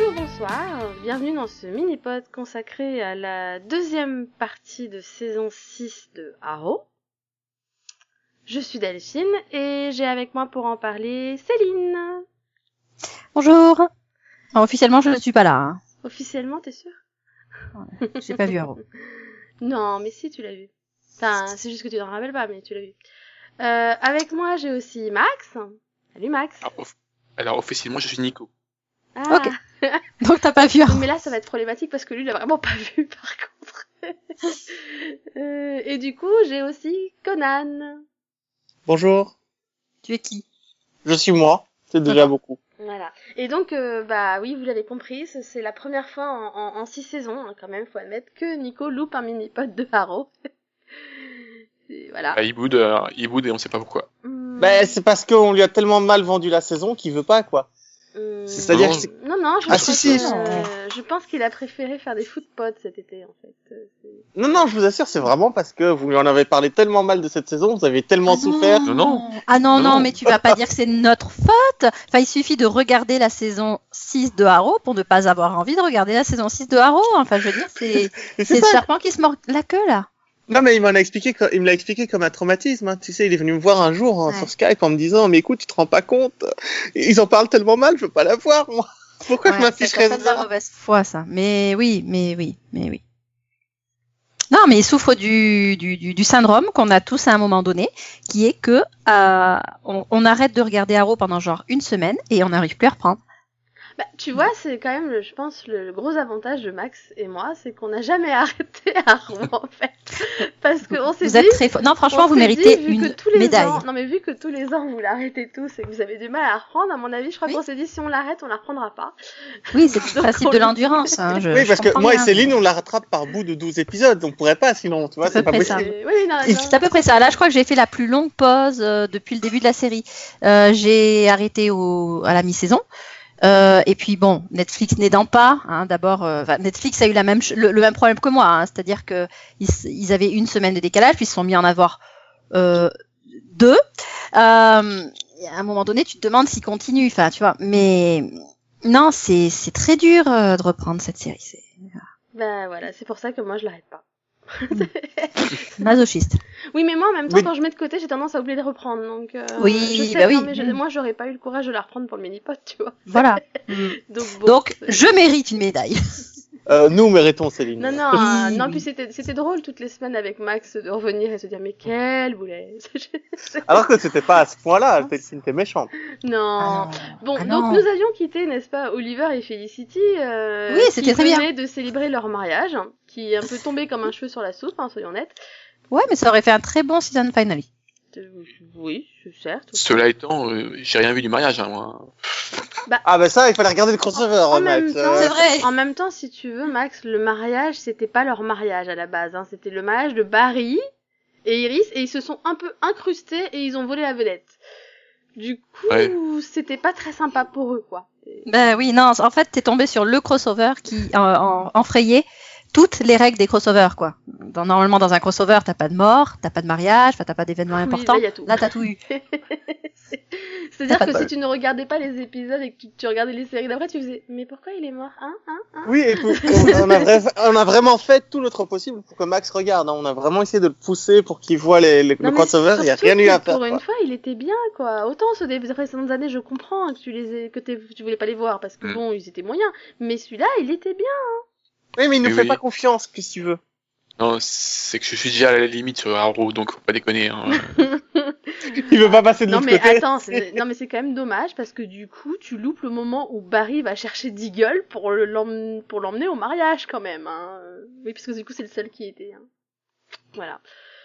Bonsoir, bienvenue dans ce mini-pod consacré à la deuxième partie de saison 6 de Arrow. Je suis Delphine et j'ai avec moi pour en parler Céline. Bonjour. Alors, officiellement, je ne suis pas là. Hein. Officiellement, t'es sûre? Ouais, j'ai pas vu Arrow. Non, mais si, tu l'as vu. Enfin, c'est juste que tu t'en rappelles pas, mais tu l'as vu. Avec moi, j'ai aussi Max. Salut Max. Alors officiellement, je suis Nico. Ah. Ok. Donc t'as pas vu Arrow. Mais là, ça va être problématique parce que lui, il a vraiment pas vu, par contre. Et du coup, j'ai aussi Conan. Bonjour. Tu es qui? Je suis moi. C'est déjà beaucoup. Voilà. Et donc, bah oui, vous l'avez compris, c'est la première fois en 6 saisons, hein, quand même, faut admettre, que Nico loupe un mini-pod de Arrow. Et voilà. Bah, il boude et on sait pas pourquoi. Ben, c'est parce qu'on lui a tellement mal vendu la saison qu'il veut pas, quoi. C'est-à-dire que non, je pense qu'il a préféré faire des footpods cet été, en fait. Non, je vous assure, c'est vraiment parce que vous lui en avez parlé tellement mal de cette saison, vous avez tellement souffert. Non, mais tu vas pas dire que c'est notre faute. Enfin, il suffit de regarder la saison 6 de Arrow pour ne pas avoir envie de regarder la saison 6 de Arrow. Enfin, je veux dire, c'est le serpent qui se mord la queue, là. Non, mais il me l'a expliqué comme un traumatisme, hein. Tu sais, il est venu me voir un jour, sur Skype en me disant, mais écoute, tu te rends pas compte. Ils en parlent tellement mal, je veux pas la voir, moi. Pourquoi je m'afficherais ça? C'est pas de la mauvaise foi, ça. Mais oui. Non, mais il souffre du syndrome qu'on a tous à un moment donné, qui est que on arrête de regarder Arrow pendant genre une semaine et on n'arrive plus à reprendre. Bah, tu vois, c'est quand même, je pense, le gros avantage de Max et moi, c'est qu'on n'a jamais arrêté Arrow, en fait. Parce qu'on s'est dit... Vous êtes très fort. Non, franchement, vous méritez une médaille. Non, mais vu que tous les ans, vous l'arrêtez tous et que vous avez du mal à la reprendre, à mon avis, je crois qu'on s'est dit, si on l'arrête, on la reprendra pas. Oui, c'est le principe de l'endurance. Hein, oui, parce que moi et Céline, on la rattrape par bout de 12 épisodes. On pourrait pas, sinon, tu vois, c'est pas possible. C'est à peu près ça. Là, je crois que j'ai fait la plus longue pause depuis le début de la série. J'ai arrêté à la mi-saison. Et puis bon, Netflix n'aidant pas, hein, d'abord, Netflix a eu le même problème que moi, hein, c'est-à-dire que ils avaient une semaine de décalage, puis ils se sont mis à en avoir 2. À un moment donné, tu te demandes s'ils continuent, enfin, tu vois. Mais non, c'est très dur de reprendre cette série. Ben voilà, c'est pour ça que moi je l'arrête pas. Masochiste. Oui, mais moi en même temps, quand je mets de côté, j'ai tendance à oublier de reprendre. Donc, oui, moi, j'aurais pas eu le courage de la reprendre pour le mini-pod, tu vois. Voilà. donc je mérite une médaille. Nous méritons, Céline. Non, puis c'était drôle toutes les semaines avec Max de revenir et se dire, mais quel boulet. Alors que c'était pas à ce point-là, t'es méchante. Non. Donc nous avions quitté, n'est-ce pas, Oliver et Felicity, oui, c'était très bien. Qui venaient de célébrer leur mariage, qui est un peu tombé comme un cheveu sur la soupe, hein, soyons nets. Ouais, mais ça aurait fait un très bon season finale. Oui, certes. Cela étant, j'ai rien vu du mariage, hein, moi. Bah ça, il fallait regarder le crossover, Max. C'est vrai. En même temps, si tu veux, Max, le mariage, c'était pas leur mariage à la base, hein. C'était le mariage de Barry et Iris, et ils se sont un peu incrustés et ils ont volé la vedette. Du coup, c'était pas très sympa pour eux, quoi. Ben oui, non, en fait, t'es tombé sur le crossover qui enfrayait toutes les règles des crossovers, quoi. Normalement, dans un crossover, t'as pas de mort, t'as pas de mariage, t'as pas d'événement important. Là, t'as tout eu. C'est-à-dire que si tu ne regardais pas les épisodes et que tu regardais les séries d'après, tu faisais, mais pourquoi il est mort, hein? Oui, et on a vraiment fait tout notre possible pour que Max regarde, hein. On a vraiment essayé de le pousser pour qu'il voit le crossover, il y a rien eu à faire. Pour une fois, il était bien, quoi. Autant ceux des précédentes années, je comprends que tu voulais pas les voir parce que bon, ils étaient moyens. Mais celui-là, il était bien, hein. Oui, mais il nous fait pas confiance, qu'est-ce que tu veux? Non, c'est que je suis déjà à la limite sur Arrow, donc faut pas déconner, hein. Il veut pas passer de l'autre côté. Non, mais c'est quand même dommage, parce que du coup, tu loupes le moment où Barry va chercher Deagle pour l'emmener au mariage, quand même, hein. Oui, puisque du coup, c'est le seul qui était, hein. Voilà.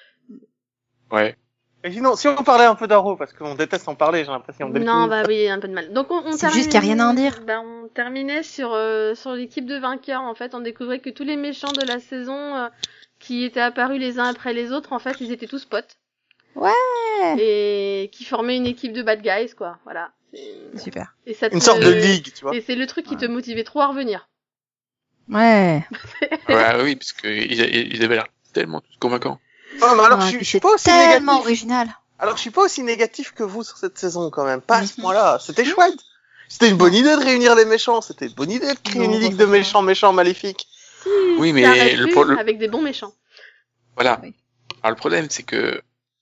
Ouais. Et sinon, si on parlait un peu d'Arrow, parce qu'on déteste en parler, j'ai l'impression. Non, bah oui, un peu de mal. Donc c'est juste qu'il n'y a rien à en dire. On terminait sur l'équipe de vainqueurs, en fait. On découvrait que tous les méchants de la saison qui étaient apparus les uns après les autres, en fait, ils étaient tous potes. Ouais. Et qui formaient une équipe de bad guys, quoi. Voilà. Super. Et une sorte de ligue, tu vois. Et c'est le truc qui te motivait trop à revenir. Ouais. Oui, parce que ils avaient l'air tellement tous convaincants. Oh, mais alors, je suis pas aussi tellement négatif. Original. Alors, je suis pas aussi négatif que vous sur cette saison, quand même. Pas à ce point-là. C'était chouette. C'était une bonne idée de réunir les méchants. C'était une bonne idée de créer une ligue de méchants maléfiques. Si, Oui, mais ça aurait le pu, pro- le- avec des bons méchants. Voilà. Oui. Alors le problème, c'est que,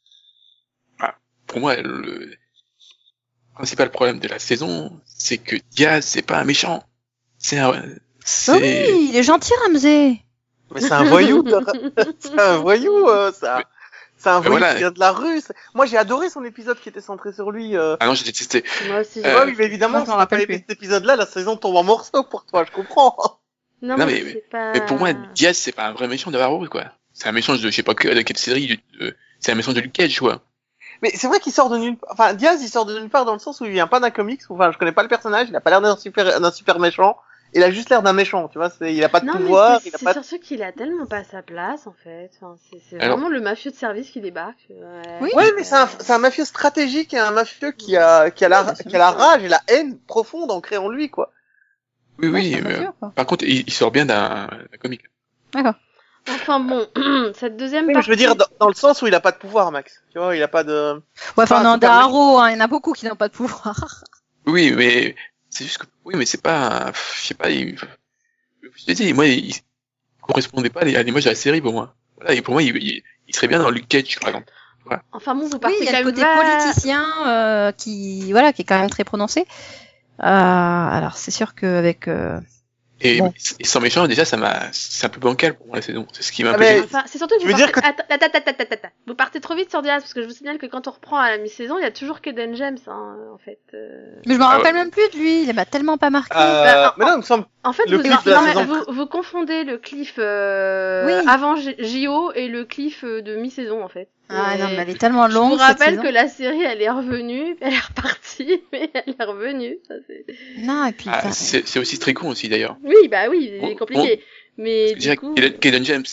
pour moi, le principal problème de la saison, c'est que Diaz, c'est pas un méchant. C'est un, Ah c'est, oui, il est gentil, Ramsey. Mais c'est un voyou. C'est un voyou, ça. C'est un voyou voilà. qui vient de la rue. Moi, j'ai adoré son épisode qui était centré sur lui. ah non, j'ai détesté. Moi aussi, Euh, Ouais, oui, mais évidemment, moi, je si m'en t'as pas rappelle aimé cet épisode-là, la saison tombe en morceaux pour toi, je comprends. Non, Non, mais mais- c'est pas... Mais pour moi, Diaz, c'est pas un vrai méchant de Arrow, quoi. C'est un méchant de je sais pas de quelle série, c'est un méchant de Luke Cage, quoi. Mais c'est vrai qu'il sort de nulle part. Enfin, Diaz, il sort de nulle part dans le sens où il vient pas d'un comics. Enfin, je connais pas le personnage, il a pas l'air d'un super méchant. Il a juste l'air d'un méchant, tu vois. Il a pas de Non, pouvoir, mais il a c'est pas. surtout qu'il a tellement pas sa place, en fait. Enfin, c'est Alors- vraiment le mafieux de service qui débarque. Oui. Ouais, mais c'est un mafieux stratégique et un mafieux qui a la rage et la haine profonde ancrée en lui, quoi. Oui, Ouais, oui, c'est un mafieux, quoi. par contre, il sort bien d'un comique. D'accord. Enfin bon, cette deuxième Oui, mais partie... je veux dire, dans le sens où il a pas de pouvoir, Max. Tu vois, il a pas de. Ouais, enfin, Pas dans super Arrow, hein, il y en a beaucoup qui n'ont pas de pouvoir. Oui, mais c'est juste que, oui, mais c'est pas, je sais pas, je te dis, moi, il correspondait pas à l'image de la série pour moi. Voilà, et pour moi, il serait bien dans Luke Cage, par exemple. Enfin bon, vous Oui, partez il y a quand le même côté politicien qui est quand même très prononcé. Alors, c'est sûr qu'avec... Et, Bon. et sans méchant, déjà, c'est un peu bancal pour moi la saison. C'est ce qui m'a un Ah, peu mais- gêné. Enfin, c'est surtout que Je vous veux partez... dire Attends. Vous partez trop vite sur Diaz, parce que je vous signale que quand on reprend à la mi-saison, il y a toujours Kaden James, hein, en fait. Mais je m'en Ah rappelle ouais. même plus de lui, il m'a tellement pas marqué. Bah, Mais non, il me semble. En fait, Le vous, cliff de la non, mais saison. vous confondez le cliff Oui. avant JO et le cliff de mi-saison, en fait. Ah Et non, mais elle est tellement je longue, vous cette rappelle saison. que la série, elle est revenue, elle est repartie, mais elle est revenue. Ça, c'est... Non, et puis... Ah, enfin, c'est aussi très con aussi, d'ailleurs. Oui, bah oui, c'est Bon, compliqué. Mais Parce que du coup... Kaden James,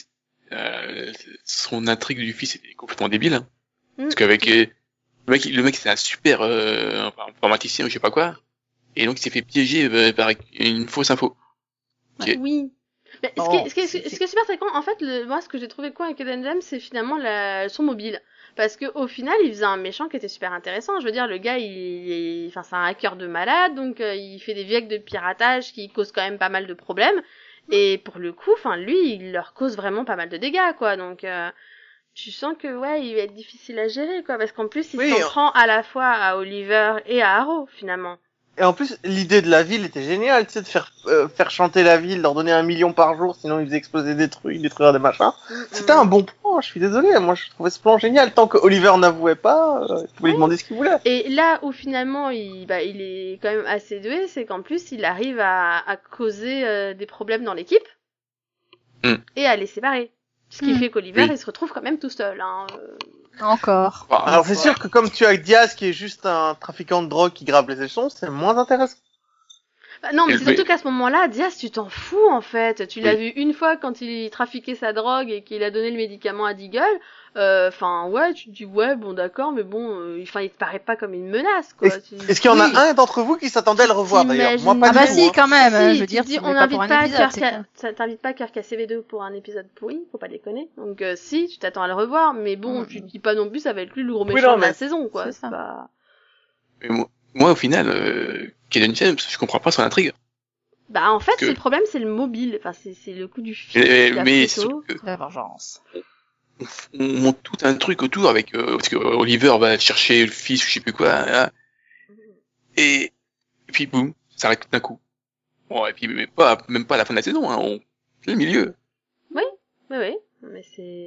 son intrigue du fils était complètement débile, hein. Mm. Parce qu'avec, le mec, c'est un super, informaticien ou je sais pas quoi. Et donc, il s'est fait piéger par une fausse info. Ok. Oui. Mais Oh, ce qui est super très con, en fait, moi, ce que j'ai trouvé con avec Eden James, c'est finalement son mobile. Parce que au final, il faisait un méchant qui était super intéressant. Je veux dire, le gars, enfin, c'est un hacker de malade, donc il fait des vieilles de piratage qui causent quand même pas mal de problèmes. Et pour le coup, enfin, lui, il leur cause vraiment pas mal de dégâts, quoi. Donc, tu sens que, ouais, il va être difficile à gérer, quoi. Parce qu'en plus, il Oui, s'en prend à la fois à Oliver et à Arrow, finalement. Et en plus, l'idée de la ville était géniale, tu sais, de faire chanter la ville, leur donner 1 million par jour, sinon ils faisaient exploser des trucs, détruire des machins. C'était un bon plan, je suis désolé, moi je trouvais ce plan génial. Tant que Oliver n'avouait pas, il pouvait lui demander ce qu'il voulait. Et là où finalement il est quand même assez doué, c'est qu'en plus il arrive à causer des problèmes dans l'équipe et à les séparer. Ce qui fait qu'Oliver Oui. il se retrouve quand même tout seul. Hein. Encore. Enfin, Alors c'est sûr que comme tu as Diaz qui est juste un trafiquant de drogue qui grave les échelons, c'est moins intéressant. Bah, non, mais Et c'est le- surtout qu'à ce moment-là, Diaz, tu t'en fous en fait. Tu l'as Oui. vu une fois quand il trafiquait sa drogue et qu'il a donné le médicament à Deagle. Enfin, ouais, tu te dis ouais, bon d'accord, mais bon, il te paraît pas comme une menace, quoi. Est-ce qu'il y en Oui. a un d'entre vous qui s'attendait à le revoir d'ailleurs? Moi T'imagines- pas Ah du bah tout, si, hein. quand même. Si, je veux tu dire, dis, tu on mets pas pour n'invite un pas épisode, c'est Kirk, con. t'invites pas Kirk KCV2 pour un épisode pourri, faut pas déconner. Donc si, tu t'attends à le revoir, mais bon, tu te dis pas non plus ça va être lui le gros Oui, méchant non, de la mais saison, quoi. c'est C'est ça. pas... mais moi, au final, Kaden James, je comprends pas son intrigue. Bah en fait, que- c'est le problème, c'est le mobile. Enfin, c'est le coup du fil. Mais c'est surtout que La vengeance. on monte tout un truc autour avec, parce que Oliver va chercher le fils ou je sais plus quoi, là. Et puis boum, ça arrête tout d'un coup. Bon, et puis même pas à la fin de la saison, hein, le milieu. Oui, mais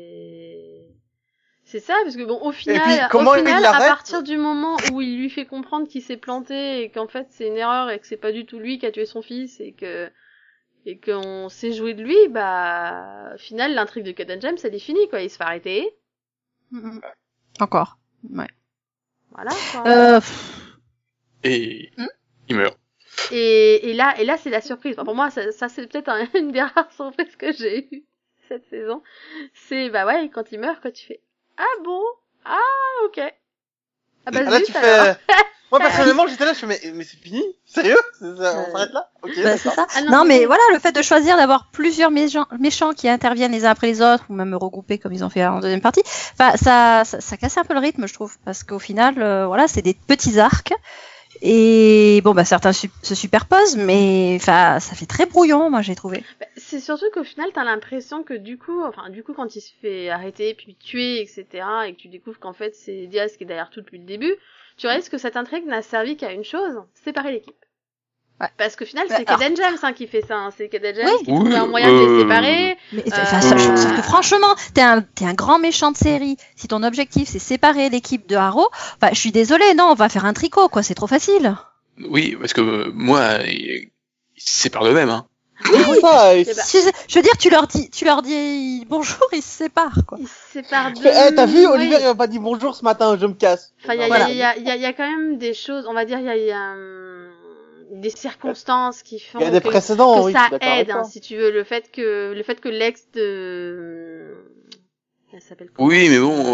c'est ça, parce que bon, au final, comment il à l'arrête partir du moment où il lui fait comprendre qu'il s'est planté et qu'en fait c'est une erreur et que c'est pas du tout lui qui a tué son fils et qu'on s'est joué de lui, bah, au final, l'intrigue de Kaden James, elle est finie, quoi. Il se fait arrêter. Encore. Ouais. Voilà, quoi. Et il meurt. Et là, c'est la surprise. Enfin, pour moi, ça c'est peut-être une des rares surprises que j'ai eues cette saison. C'est, bah ouais, quand il meurt, quand tu fais, ah bon? Ah, ok. Ah bah Là zut, tu alors. fais. Moi personnellement j'étais là, je fais mais c'est fini? Sérieux? On s'arrête là? Ok. Bah, c'est d'accord. ça. Ah non, mais voilà, le fait de choisir d'avoir plusieurs méchants qui interviennent les uns après les autres, ou même regroupés comme ils ont fait en deuxième partie, enfin, ça casse un peu le rythme, je trouve, parce qu'au final, voilà, c'est des petits arcs, Et bon, bah certains se superposent, mais enfin, ça fait très brouillon, moi j'ai trouvé. C'est surtout qu'au final, t'as l'impression que du coup, quand il se fait arrêter, puis tuer, etc., et que tu découvres qu'en fait c'est Diaz qui est derrière tout depuis le début, tu réalises que cette intrigue n'a servi qu'à une chose, séparer l'équipe. Ouais. Parce qu'au final, c'est Kaden James qui fait ça. Hein. C'est Kaden James qui Oui, trouve un moyen de les séparer. Mais sauf que franchement, t'es un grand méchant de série. Si ton objectif c'est séparer l'équipe de Arrow, je suis désolée, non, on va faire un tricot, quoi. C'est trop facile. Oui, parce que moi, ils se séparent d'eux-mêmes. Hein. Oui, ça, je veux dire, tu leur dis bonjour, ils se séparent, quoi. Ils se séparent de... t'as vu, Oliver, il m'a pas dit bonjour ce matin, je me casse. Enfin, il y a quand même des choses, on va dire, il y a des circonstances qui font il y a des précédents, que ça aide, hein, si tu veux, le fait que l'ex de... Elle s'appelle comment? Oui, mais bon...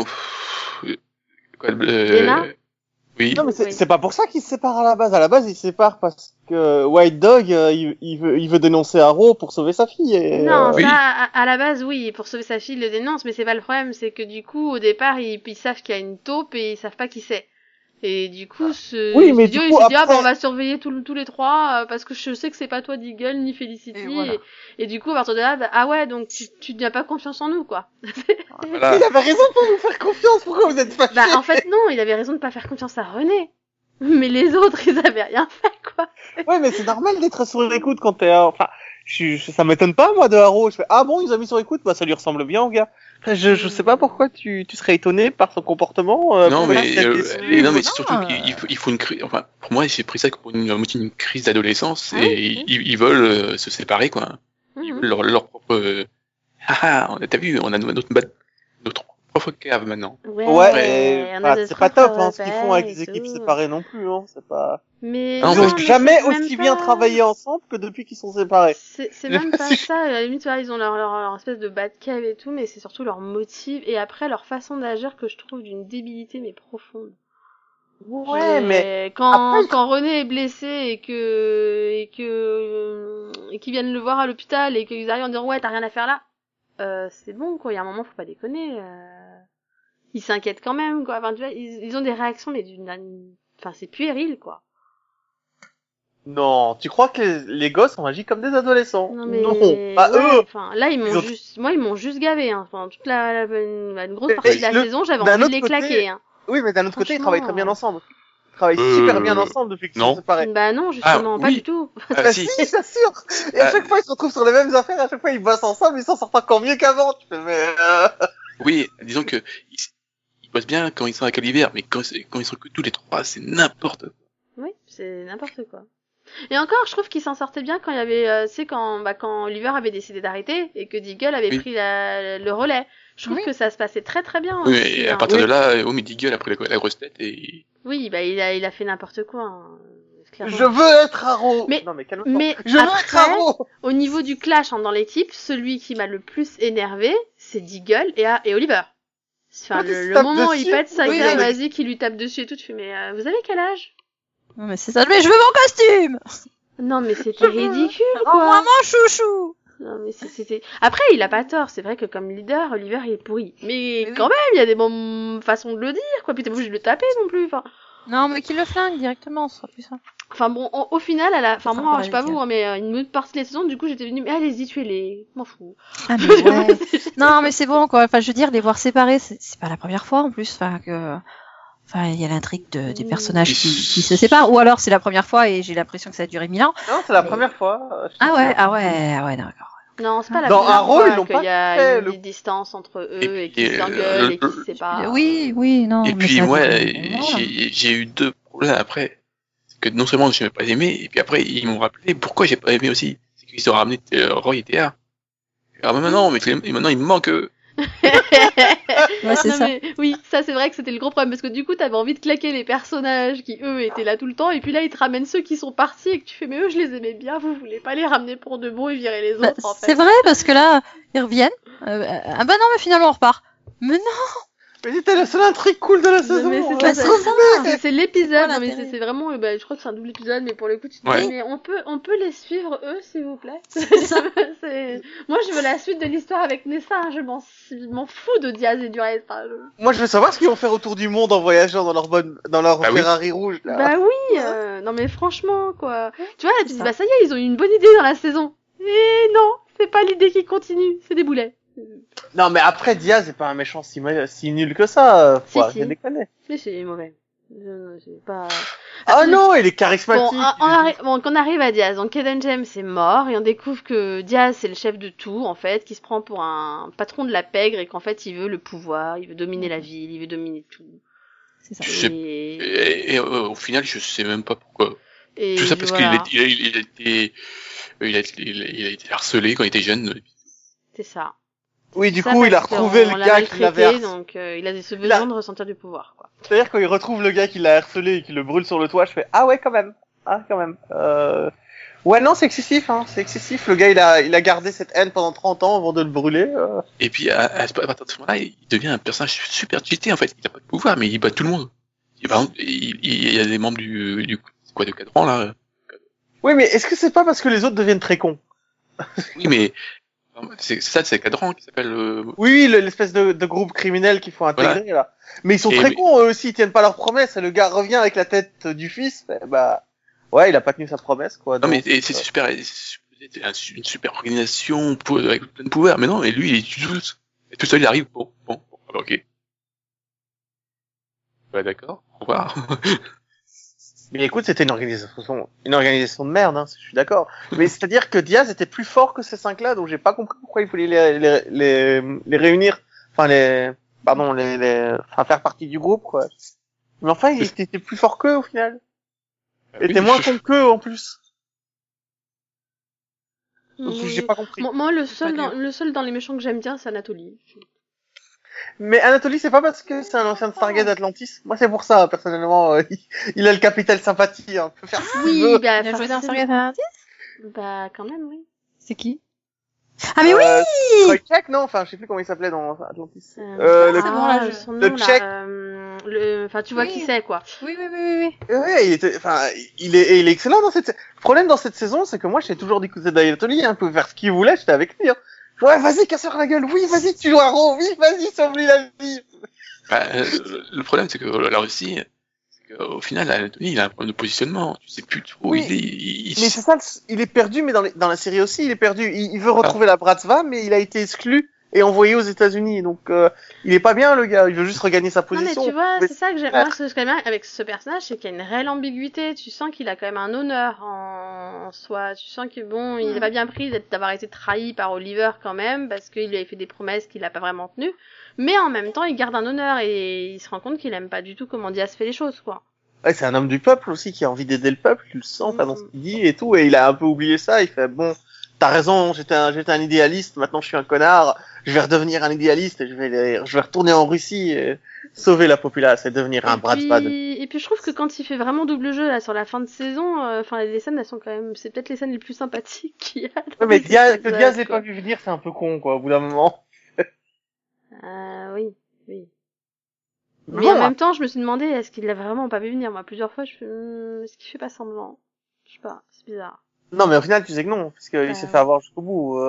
Lena oui. Non, mais c'est pas pour ça qu'ils se séparent à la base. À la base, ils se séparent parce que White Dog, il veut dénoncer Arrow pour sauver sa fille. Et, non, oui. ça, à la base, oui, pour sauver sa fille, il le dénonce, mais c'est pas le problème, c'est que du coup, au départ, ils savent qu'il y a une taupe et ils savent pas qui c'est. Et du coup, oui, mais studio, du il coup, s'est dit, après... on va surveiller tous les trois, parce que je sais que c'est pas toi Deagle, ni Felicity. Et voilà. Et du coup, à partir de là, ah ouais, donc tu n'as pas confiance en nous, quoi. Voilà. Il avait raison de pas vous faire confiance, pourquoi vous êtes fâchés? En fait, non, il avait raison de pas faire confiance à René. Mais les autres, ils avaient rien fait, quoi. Ouais, mais c'est normal d'être sur écoute quand t'es... Enfin, ça m'étonne pas, moi, de Arrow. Je fais, ah bon, ils ont mis sur écoute, ça lui ressemble bien au gars. Enfin, je sais pas pourquoi tu serais étonné par son comportement. Non, mais c'est non, surtout qu'il faut une crise... Enfin, pour moi, j'ai pris ça pour une crise d'adolescence, Ah, et ils veulent se séparer, quoi. Ils veulent leur propre... t'as vu, on a notre propre cave, maintenant. Ouais, c'est pas top, hein, ce qu'ils font avec les équipes séparées non plus, hein, c'est pas... Mais Ils ont mais jamais c'est même aussi pas... bien travaillé ensemble que depuis qu'ils sont séparés. C'est même pas ça, à la limite, ils ont leur espèce de bad cave et tout, mais c'est surtout leur motif, et après leur façon d'agir que je trouve d'une débilité, mais profonde. Ouais, mais... Quand après, René est blessé et qu'ils viennent le voir à l'hôpital et qu'ils arrivent en disant ouais, t'as rien à faire là, c'est bon, quoi, il y a un moment, faut pas déconner, ils s'inquiètent quand même, quoi, enfin, tu vois, ils ont des réactions, mais enfin, c'est puéril, quoi. Non, tu crois que les gosses ont agi comme des adolescents? Non, mais... pas eux. Enfin, là, ils m'ont juste gavé, hein. Enfin, toute une grosse partie de la saison, j'avais d'un envie de autre les côté- claquer, hein. Oui, mais d'un autre côté, ils Franchement, travaillent très bien ensemble. Ils travaillent super bien ensemble depuis qu'ils non. sont séparés. Bah non, justement, pas oui. du tout. Bah Si. si, c'est sûr. Et à chaque fois, ils se retrouvent sur les mêmes affaires, à chaque fois, ils bossent ensemble, ils s'en sortent encore mieux qu'avant. Tu fais, mais Oui, disons que ils bossent bien quand ils sont avec Oliver, mais quand ils sont que tous les trois, c'est n'importe quoi. Oui, c'est n'importe quoi. Et encore, je trouve qu'ils s'en sortaient bien quand il y avait, quand Oliver avait décidé d'arrêter et que Deagle avait pris le relais. Je trouve que ça se passait très très bien Oui, aussi. et à partir de là, mais Deagle a pris la grosse tête et... Oui, il a fait n'importe quoi, hein, clairement. je veux être Arrow. Mais- non, mais calme-toi. Mais Je veux être après, Arrow. au niveau du clash dans l'équipe, celui qui m'a le plus énervé, c'est Deagle et Oliver. Enfin, Ouais, le tape moment où il dessus. pète sa Oui, gueule, mais- vas-y, qui lui tape dessus et tout, tu fais, mais vous avez quel âge? Non, mais c'est ça, mais je veux mon costume! Non, mais c'était ridicule, Rends-moi quoi. mon chouchou! Non, mais c'était... Après, il a pas tort, c'est vrai que comme leader, Oliver, il est pourri. Mais oui. quand même, il y a des bonnes façons de le dire, quoi. Puis t'es pas obligé de le taper non plus, enfin... Non, mais qu'il le flingue directement, ce sera plus simple. Enfin bon, au final, enfin Ça moi, sera je sais pas pas vous, hein, mais une autre partie de la saison, du coup, j'étais venue, mais allez-y, tuez-les, m'en fous. Ah, mais ouais. Non, mais c'est bon, quoi. Enfin, je veux dire, les voir séparés, c'est pas la première fois, en plus. Enfin, il y a l'intrigue des personnages qui se séparent. Ou alors, c'est la première fois et j'ai l'impression que ça a duré 1000 ans. Non, c'est la première fois. Ah ouais, d'accord. Non, c'est pas la Dans première Arrow, ils fois l'ont qu'il pas y a fait, une distance entre eux et puis, qu'ils s'engueulent et qu'ils se séparent. Oui, non. Et mais puis ça a moi, duré- voilà. j'ai eu deux problèmes après. C'est que non seulement je n'ai pas aimé, et puis après ils m'ont rappelé pourquoi j'ai pas aimé aussi. C'est qu'ils ont ramené Roy et Théa. Alors maintenant, mais maintenant il me manque eux. Ouais, c'est Non, ça. mais oui, ça c'est vrai que c'était le gros problème parce que du coup t'avais envie de claquer les personnages qui eux étaient là tout le temps et puis là ils te ramènent ceux qui sont partis et que tu fais mais eux je les aimais bien, vous voulez pas les ramener pour de bon et virer les Bah, autres en fait. c'est vrai, parce que là, ils reviennent. Ah bah non, mais finalement, on repart. Mais non! Mais c'était la seule intrigue cool de la Non, saison. mais c'est Bah, ça, c'est ça. c'est l'épisode, Voilà, non, mais l'intérêt. c'est vraiment, je crois que c'est un double épisode, mais pour le coup, tu te Ouais. dis, mais on peut les suivre, eux, s'il vous plaît. ça. Moi, je veux la suite de l'histoire avec Nessa, hein, je m'en fous de Diaz et du reste. Hein, Moi, je veux savoir ce qu'ils vont faire autour du monde en voyageant dans leur Bah oui. Ferrari rouge, là. Bah oui, non mais franchement, quoi. Tu vois, là, tu te dis, ça. bah ça y est, ils ont eu une bonne idée dans la saison. Et non, c'est pas l'idée qui continue, c'est des boulets. Non, mais après, Diaz est pas un méchant si nul que ça. Faut Si, arrêter si. de déconner. Mais c'est mauvais. J'ai pas... Ah non, il est Bon, charismatique. bon, quand on arrive à Diaz, donc Kaden James est mort et on découvre que Diaz c'est le chef de tout en fait, qui se prend pour un patron de la pègre et qu'en fait il veut le pouvoir, il veut dominer la ville, il veut dominer tout. C'est ça. Je sais- Et au final, je sais même pas pourquoi. Et Tout ça parce voilà, qu'il a été harcelé quand il était jeune. c'est ça. Oui, du Ça, coup, il a parce retrouvé qu'on le l'a gars qui l'avait maltraité, harcelé. donc il a ce Il besoin a- de ressentir du pouvoir, quoi. C'est-à-dire, quand il retrouve le gars qui l'a harcelé et qui le brûle sur le toit, je fais, ah ouais, quand même. Ah, quand même. Ouais, non, c'est excessif, hein. C'est excessif. Le gars, il a gardé cette haine pendant 30 ans avant de le brûler. Et puis à partir de ce moment-là, il devient un personnage super cheaté en fait. Il a pas de pouvoir, mais il bat tout le monde. Et par exemple, il y a des membres du cadran là. Oui, mais est-ce que c'est pas parce que les autres deviennent très cons? Oui, mais c'est le cadran qui s'appelle. Oui, l'espèce de groupe criminel qu'il faut intégrer, là. Mais ils sont Et très oui. cons, eux aussi, ils tiennent pas leurs promesses, et le gars revient avec la tête du fils, ouais, il a pas tenu sa promesse, quoi. Non, mais donc, c'est super. C'est une super organisation avec plein de pouvoir. Mais non, mais lui, il est tout seul, il arrive. Bon, ok. Ouais, d'accord. Au revoir. Mais écoute, c'était une organisation de merde, hein, je suis d'accord. Mais c'est-à-dire que Diaz était plus fort que ces 5-là, donc j'ai pas compris pourquoi il voulait les réunir, enfin faire partie du groupe, quoi. Mais enfin, il était plus fort qu'eux, au final. Il était moins con qu'eux, en plus. Donc, j'ai pas compris. Moi, le seul pas dans les méchants que j'aime bien, c'est Anatoly. Mais Anatoly, c'est pas parce que c'est un ancien Stargate d'Atlantis. Moi, c'est pour ça, personnellement, il a le capital sympathie, hein. Il peut faire ce qu'il veut. bah, Il a joué dans forcément. Stargate Atlantis? Bah, quand même, oui. C'est qui? Ah mais oui! Wojciech, non, enfin, je sais plus comment il s'appelait dans Atlantis. C'est le- bon, là, son le nom, Tchèque. là, enfin, tu vois Oui. qui c'est, quoi. Oui. Ouais, il est excellent dans cette. Le problème dans cette saison, c'est que moi, j'étais toujours du côté d'Anatoly, hein, il pouvait faire ce qu'il voulait, j'étais avec lui, hein. Ouais, vas-y, casse-leur la gueule, oui, vas-y, tu joues un rôle, oui, vas-y, sauve-lui la vie. Bah, le problème, c'est que là aussi, au final, Anthony, il a un problème de positionnement. Tu sais plus trop où Oui. il est. Mais c'est ça, il est perdu, mais dans la série aussi, il est perdu. Il veut retrouver la Bratva, mais il a été exclu et envoyé aux États-Unis. Donc, il est pas bien, le gars. Il veut juste regagner sa Non, mais position. tu vois, Mais c'est ça que j'aime. Moi, ce que j'aime bien avec ce personnage, c'est qu'il y a une réelle ambiguïté. Tu sens qu'il a quand même un honneur en soi. Tu sens que bon, il est pas bien pris d'avoir été trahi par Oliver quand même, parce qu'il lui avait fait des promesses qu'il a pas vraiment tenues. Mais en même temps, il garde un honneur et il se rend compte qu'il aime pas du tout comment Diaz fait les choses, quoi. Ouais, c'est un homme du peuple aussi qui a envie d'aider le peuple. Tu le sens, dans ce qu'il dit et tout. Et il a un peu oublié ça. Il fait, bon, t'as raison, j'étais un idéaliste. Maintenant, je suis un connard. Je vais redevenir un idéaliste et je vais retourner en Russie et sauver la population et devenir un Bratva. Et puis je trouve que quand il fait vraiment double jeu là sur la fin de saison, enfin les scènes elles sont quand même, c'est peut-être les scènes les plus sympathiques qu'il y a. Ouais, mais que Diaz l'ait quoi. pas vu venir, c'est un peu con, quoi, au bout d'un moment. Oui. Mais Bon, en même temps, je me suis demandé, est-ce qu'il l'a vraiment pas vu venir? Moi, plusieurs fois, je fais, est-ce qu'il fait pas semblant? Je sais pas, c'est bizarre. Non, mais au final, tu sais que non, parce qu'il s'est fait avoir jusqu'au bout.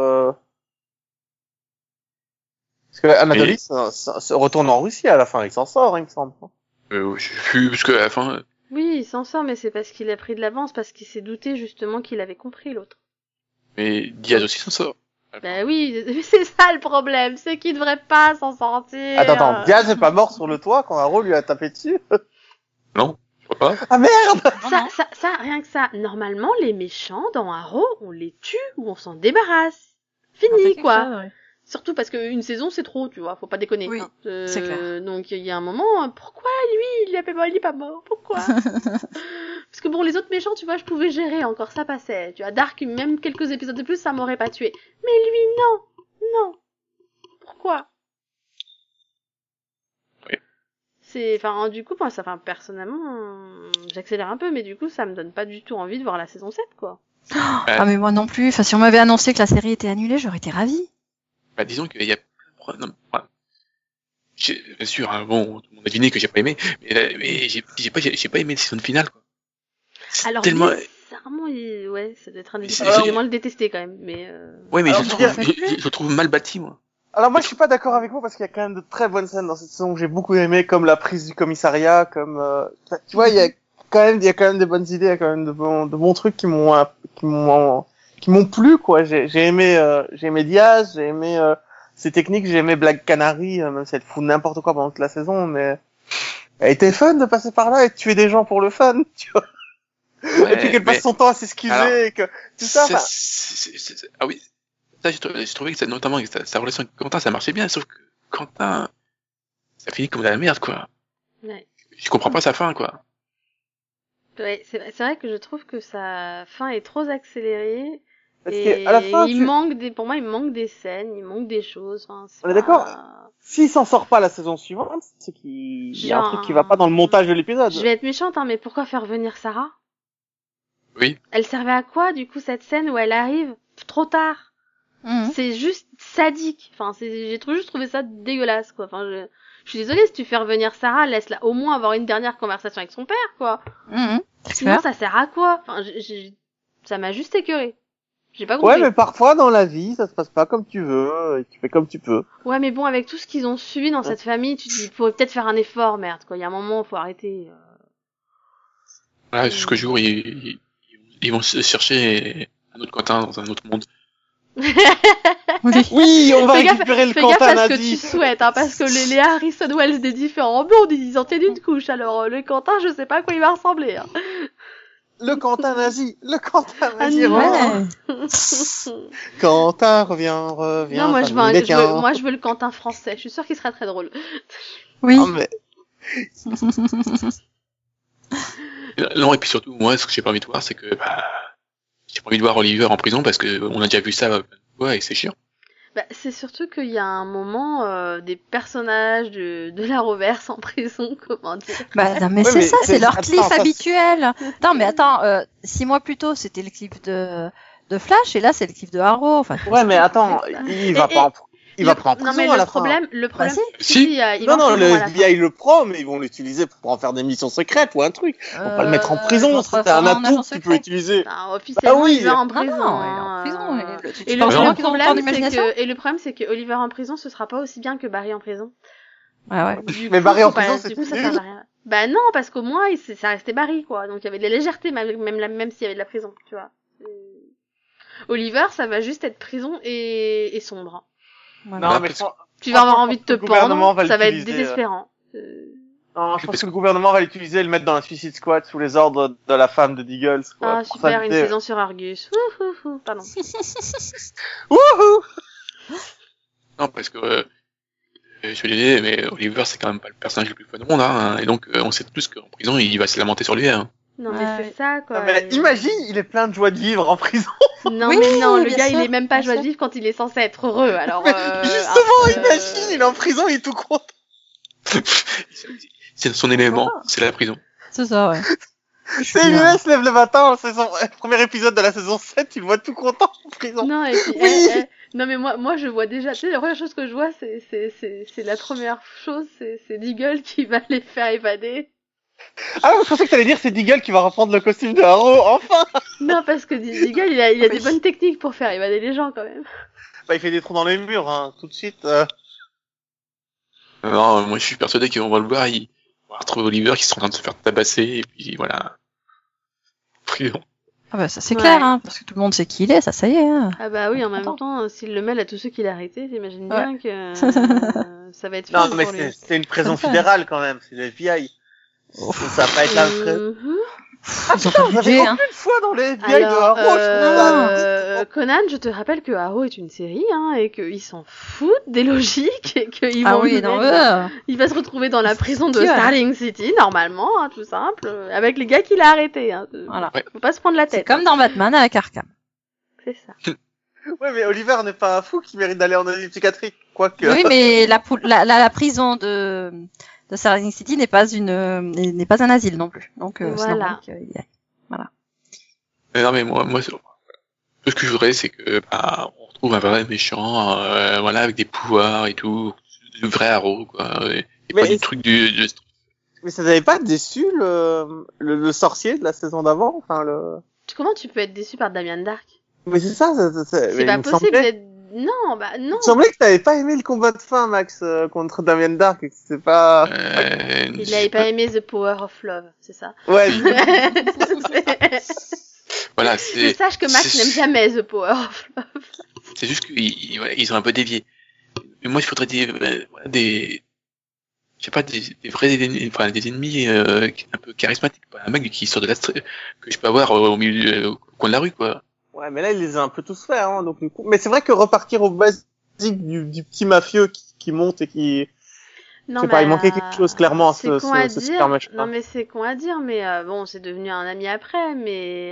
Parce que Anatoly se retourne en Russie à la fin, il s'en sort, il me semble. Je sais plus, parce que à la fin. Oui, il s'en sort, mais c'est parce qu'il a pris de l'avance, parce qu'il s'est douté justement qu'il avait compris l'autre. Mais Diaz aussi s'en sort. Bah oui, c'est ça le problème, c'est qu'il devrait pas s'en sortir. Attends, Diaz n'est pas mort sur le toit quand Arrow lui a tapé dessus? Non, je crois pas. Ah merde! Ça, rien que ça. Normalement, les méchants dans Arrow, on les tue ou on s'en débarrasse. Fini, quoi. Surtout parce qu'une saison, c'est trop, tu vois, faut pas déconner. Oui, hein. c'est clair. Donc, il y a un moment, pourquoi lui, il est pas mort? Pourquoi? Parce que bon, les autres méchants, tu vois, je pouvais gérer, encore ça passait. Tu vois, Dark, même quelques épisodes de plus, ça m'aurait pas tué. Mais lui, non. Pourquoi? Oui. Enfin, du coup, moi, personnellement, j'accélère un peu, mais du coup, ça me donne pas du tout envie de voir la saison 7, quoi. Ah mais moi non plus. Enfin, si on m'avait annoncé que la série était annulée, j'aurais été ravie. Bah, disons qu'il y a plein de problèmes. bien sûr, hein, bon, tout le monde a deviné que j'ai pas aimé, mais j'ai pas aimé la saison finale, quoi. Alors, Tellement, bizarrement, ouais, ça doit être un des C'est- trucs c'est- moins le détester quand même, mais ouais, mais Alors, je le trouve mal bâti, moi. Alors moi je suis pas d'accord avec vous parce qu'il y a quand même de très bonnes scènes dans cette saison que j'ai beaucoup aimé, comme la prise du commissariat, comme tu vois il y a quand même des bonnes idées, il y a quand même de bons trucs qui m'ont plu quoi. J'ai aimé Diaz, j'ai aimé ses techniques, j'ai aimé Black Canary, même si elle fout n'importe quoi pendant toute la saison, mais elle était fun de passer par là et de tuer des gens pour le fun, tu vois. Ouais, Et puis qu'elle passe son temps à s'excuser alors, et que tout ça. Enfin, ah oui. Ça, j'ai trouvé que notamment avec sa relation avec Quentin, ça marchait bien, sauf que Quentin, ça finit comme de la merde, quoi. ouais. Je comprends pas sa fin, quoi. Ouais, c'est vrai que je trouve que sa fin est trop accélérée. parce Et qu'à la fin, pour moi, il manque des scènes, il manque des choses. Enfin, On est d'accord. S'il s'en sort pas la saison suivante, c'est qu'il y a un truc qui va pas dans le montage de l'épisode. Je vais être méchante, hein, mais pourquoi faire venir Sarah? Oui. Elle servait à quoi, du coup, cette scène où elle arrive trop tard? C'est juste sadique. Enfin, j'ai juste trouvé ça dégueulasse, quoi. Enfin, je suis désolée, si tu fais revenir Sarah, laisse-la au moins avoir une dernière conversation avec son père, quoi. Sinon, ça sert à quoi? Enfin, ça m'a juste écœurée. J'ai pas compris. Ouais, mais parfois dans la vie, ça se passe pas comme tu veux, et tu fais comme tu peux. Ouais, mais bon, avec tout ce qu'ils ont subi dans cette famille, tu te dis, il faut peut-être faire un effort, merde, quoi. Il y a un moment, faut arrêter. Voilà, jusqu'au jour, ils vont se chercher un autre Quentin dans un autre monde. Oui, on va Fais gaffe, récupérer le fais gaffe Quentin à ce que tu nazi. souhaites, hein, parce que les Harrison Wells des différents mondes, ils en tiennent une couche. Alors, le Quentin, je sais pas à quoi il va ressembler. Hein. Le Quentin nazi. Ah Revient. non. Quentin revient. Non, moi je veux le Quentin français. Je suis sûre qu'il sera très drôle. Oui. Ah, mais... Non, et puis surtout, moi, ce que j'ai pas envie de voir, c'est que, j'ai pas envie de voir Oliver en prison parce que on a déjà vu ça, ouais, et c'est chiant. Bah, c'est surtout qu'il y a un moment des personnages de la Reverse en prison, comment dire. Bah non, mais Ouais, c'est mais ça, c'est leur attends, clip ça, habituel. Non, mais attends, 6 mois plus tôt, c'était le clip de Flash, et là, c'est le clip de Arrow. Enfin, Ouais, mais attends, il va pas en prison non, mais à la le problème, Bah, si. il va en Non, prison le à la fin. FBI le prend, mais ils vont l'utiliser pour en faire des missions secrètes ou un truc. Faut pas le mettre en prison, c'est un atout que tu peux utiliser. Non, officiellement, oui. il va en prison. Non, il est en prison. Et Tu le penses vraiment qu'ils ont autant problème, d'imagination? et le problème, c'est que Oliver en prison, ce sera pas aussi bien que Barry en prison. Ouais. Du Mais coup, Barry en faut pas- prison, c'est du coup, ça nul. sert à rien. Bah non, parce qu'au moins, ça restait Barry, quoi. Donc il y avait de la légèreté, même s'il y avait de la prison, tu vois. Oliver, ça va juste être prison et sombre. Non, mais Tu vas avoir Franchement, envie de te le gouvernement pendre, va ça va être l'utiliser, désespérant. non, je pense que le gouvernement va l'utiliser et le mettre dans la Suicide Squad sous les ordres de la femme de Deagles, quoi. Ah, pour super, une s'amuser. saison sur Argus. Ouh, pardon. Wouhou! Non, parce que, je suis désolé, mais Oliver, c'est quand même pas le personnage le plus fun au monde, hein. Et donc, on sait tous qu'en prison, il va se lamenter sur lui, hein. Non, mais c'est ça, quoi. Non, mais imagine, il est plein de joie de vivre en prison. Non, Oui, mais non, le bien gars, sûr, il est même pas bien joie de sûr. vivre quand il est censé être heureux, alors. Mais justement, imagine, il est en prison, il est tout content. C'est son élément, c'est la prison. C'est ça, ouais. C'est lui, elle se lève le matin, c'est son premier épisode de la saison 7, tu le vois tout content en prison. Non, et puis, Oui. non, mais moi, je vois déjà, tu sais, la première chose que je vois, c'est la première chose, c'est Deagle qui va les faire évader. Ah non, je pensais que t'allais dire c'est Deagle qui va reprendre le costume de Arrow, enfin. Non, parce que Deagle, il a des bonnes techniques pour faire évader les gens, quand même. Bah, il fait des trous dans les murs, hein, tout de suite. Non, moi, je suis persuadé qu'on va le voir, on va retrouver Oliver qui sera en train de se faire tabasser, et puis voilà. Prison. Ah bah ça c'est Ouais. clair, hein, parce que tout le monde sait qui il est, ça y est. Hein. Ah bah oui, en même Content. temps, s'il le mêle à tous ceux qu'il a arrêtés, j'imagine Ouais. bien que ça va être Non, fun mais pour lui. c'est une prison Comme ça. fédérale quand même, c'est le FBI. Ça va pas être la prison. Mhm. Ils ont pas de budget, J'avais hein. aucune fois dans les FBI de Alors, Arrow, Conan, je te rappelle que Arrow est une série, hein, et qu'ils s'en foutent des logiques, et qu'ils Ah vont oui, le non, mettre- il va se retrouver dans la prison de qui, ouais. Starling City, normalement, hein, tout simple, avec les gars qu'il a arrêtés, hein. Voilà. Faut pas se prendre la C'est tête. comme dans Batman avec Arkham. C'est ça. Ouais, mais Oliver n'est pas un fou qui mérite d'aller en asile psychiatrique, quoique. Oui, mais la prison de Starling City n'est pas un asile non plus. Donc c'est Voilà. normal qu'il y ait. Mais non, mais moi, tout ce que je voudrais, c'est que, on retrouve un vrai méchant, voilà, avec des pouvoirs et tout, le vrai Arrow, quoi. Et Mais pas du truc du... Mais ça t'avait pas déçu le sorcier de la saison d'avant, enfin Comment tu peux être déçu par Damien Dark? Mais c'est ça, C'est mais pas il me possible semblait- d'être... Non, bah non. Il me semblait que t'avais pas aimé le combat de fin, Max, contre Damien Dark, et que c'était pas... Il n'avait pas aimé The Power of Love, c'est ça. Ouais, Voilà, Je sache que Max n'aime jamais The Power of Love. C'est juste qu'ils voilà, ils ont un peu dévié. Mais moi, il faudrait des je sais pas, des vrais ennemis, enfin, des ennemis un peu charismatiques. Pas un mec qui sort de la que je peux avoir au milieu, au coin de la rue, quoi. ouais, mais là, il les a un peu tous faits, hein, donc du coup... Mais c'est vrai que repartir au basique du petit mafieux qui monte et qui... Non, Je sais pas, il manquait quelque chose, clairement, à c'est ce con à ce dire. super méchant. Non, mais c'est con à dire, mais bon, c'est devenu un ami après, mais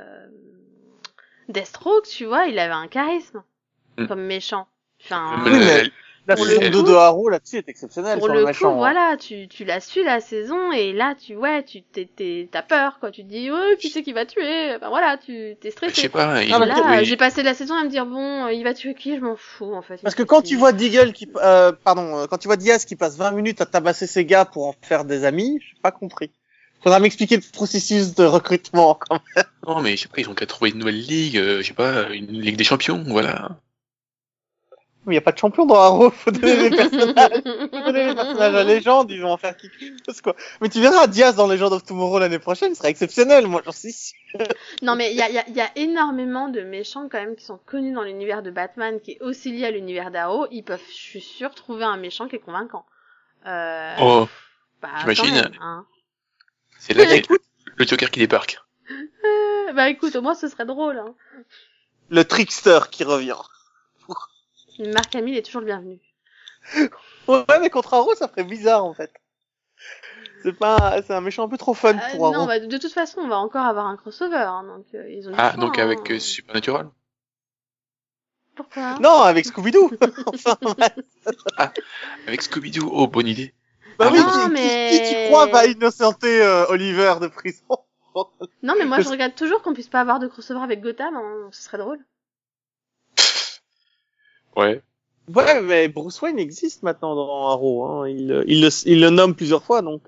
Deathstroke, tu vois, il avait un charisme comme méchant. Enfin, Oui, mais la pour saison le 2 coup- de Arrow, là-dessus, est exceptionnelle pour sur le le coup, méchant. voilà, tu l'as su la saison et là, t'as peur, quoi. Tu te dis, oh, qui c'est qui va tuer? Enfin voilà, t'es Je stressé. sais pas, Ah, mais Là, oui. j'ai passé la saison à me dire, bon, il va tuer qui? Je m'en fous, en fait. Parce que quand tu vois Deagle quand tu vois Diaz qui passe 20 minutes à tabasser ses gars pour en faire des amis, j'ai pas compris. Faudra m'expliquer le processus de recrutement, quand même. Non, mais je sais pas, ils ont qu'à trouver une nouvelle ligue, je sais pas, une ligue des champions, voilà. Mais y a pas de champion dans Arrow, faut donner les personnages. Faut donner les personnages à légende, ils vont en faire quelque chose, quoi. Mais tu verras, Diaz dans Legend of Tomorrow l'année prochaine, il sera exceptionnel, moi, j'en suis sûr. Non, mais il y a énormément de méchants quand même qui sont connus dans l'univers de Batman, qui est aussi lié à l'univers d'Arrow. Ils peuvent, je suis sûre, trouver un méchant qui est convaincant. Oh, Bah, j'imagine. quand même, hein. c'est là qu'il y a le Joker qui débarque. Bah écoute, au moins ce serait drôle. Hein. Le trickster qui revient. Mark Hamill est toujours le bienvenu. Ouais, mais contre Arrow, ça ferait bizarre, en fait. C'est un méchant un peu trop fun pour Arrow. Non, bah, de toute façon, on va encore avoir un crossover, hein, donc ils ont du Ah, choix, donc hein. avec Supernatural. Pourquoi? Non, avec Scooby-Doo. Enfin, ouais. Avec Scooby-Doo, oh, bonne idée. Bah Ah oui, non, qui mais- tu crois va innocenter Oliver de prison? Non, mais moi je regrette toujours qu'on puisse pas avoir de crossover avec Gotham, hein, ce serait drôle. Ouais. Ouais, mais Bruce Wayne existe maintenant dans Arrow, hein. Il le nomme plusieurs fois, donc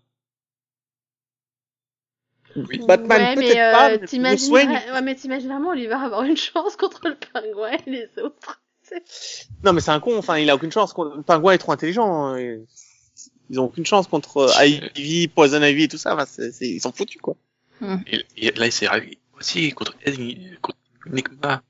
Oui. Batman ouais, peut-être mais pas, mais t'imagines Bruce Wayne... ouais, mais t'imagines vraiment Oliver avoir une chance contre le pingouin et les autres. Non, mais c'est un con, enfin, il a aucune chance. Le pingouin est trop intelligent. Hein. Ils ont aucune chance contre Ivy, Poison Ivy et tout ça. Enfin, ils sont foutus, quoi. Et là, c'est aussi contre Enigma.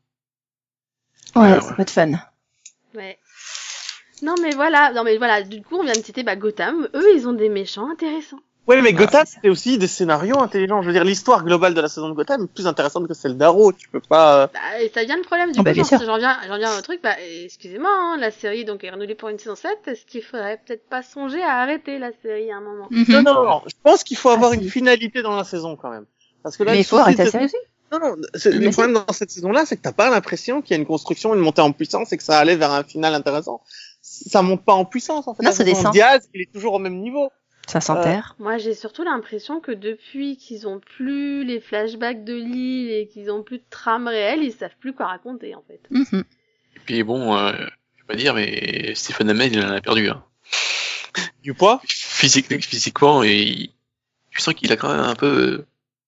Ouais, ça peut être fun. Ouais. Non mais voilà, du coup on vient de citer Gotham, eux ils ont des méchants intéressants. Ouais, mais Gotham, c'est ça. c'est aussi des scénarios intelligents. Je veux dire, l'histoire globale de la saison de Gotham est plus intéressante que celle d'Arrow. Tu peux pas... Bah, et ça vient le problème du Oh, coup, bah, bien sûr. j'en reviens au truc, excusez-moi, hein, la série donc est renouvelée pour une saison 7, est-ce qu'il faudrait peut-être pas songer à arrêter la série à un moment? Mhm. Non. Je pense qu'il faut avoir Ah, une si. finalité dans la saison, quand même. Parce que là, Mais le il faut souci arrêter la de- série aussi. Non, Mais le si. problème dans cette saison-là, c'est que t'as pas l'impression qu'il y a une construction, une montée en puissance et que ça allait vers un final intéressant. Ça monte pas en puissance, en fait. Non, La ça saison descend. Diaz, il est toujours au même niveau. Ça s'enterre. Moi j'ai surtout l'impression que depuis qu'ils ont plus les flashbacks de l'île et qu'ils ont plus de trame réelle, ils savent plus quoi raconter en fait. Mhm. Et puis bon, je vais pas dire, mais Stephen Amell, il en a perdu, hein. Du poids. Physiquement, et tu sens qu'il a quand même un peu,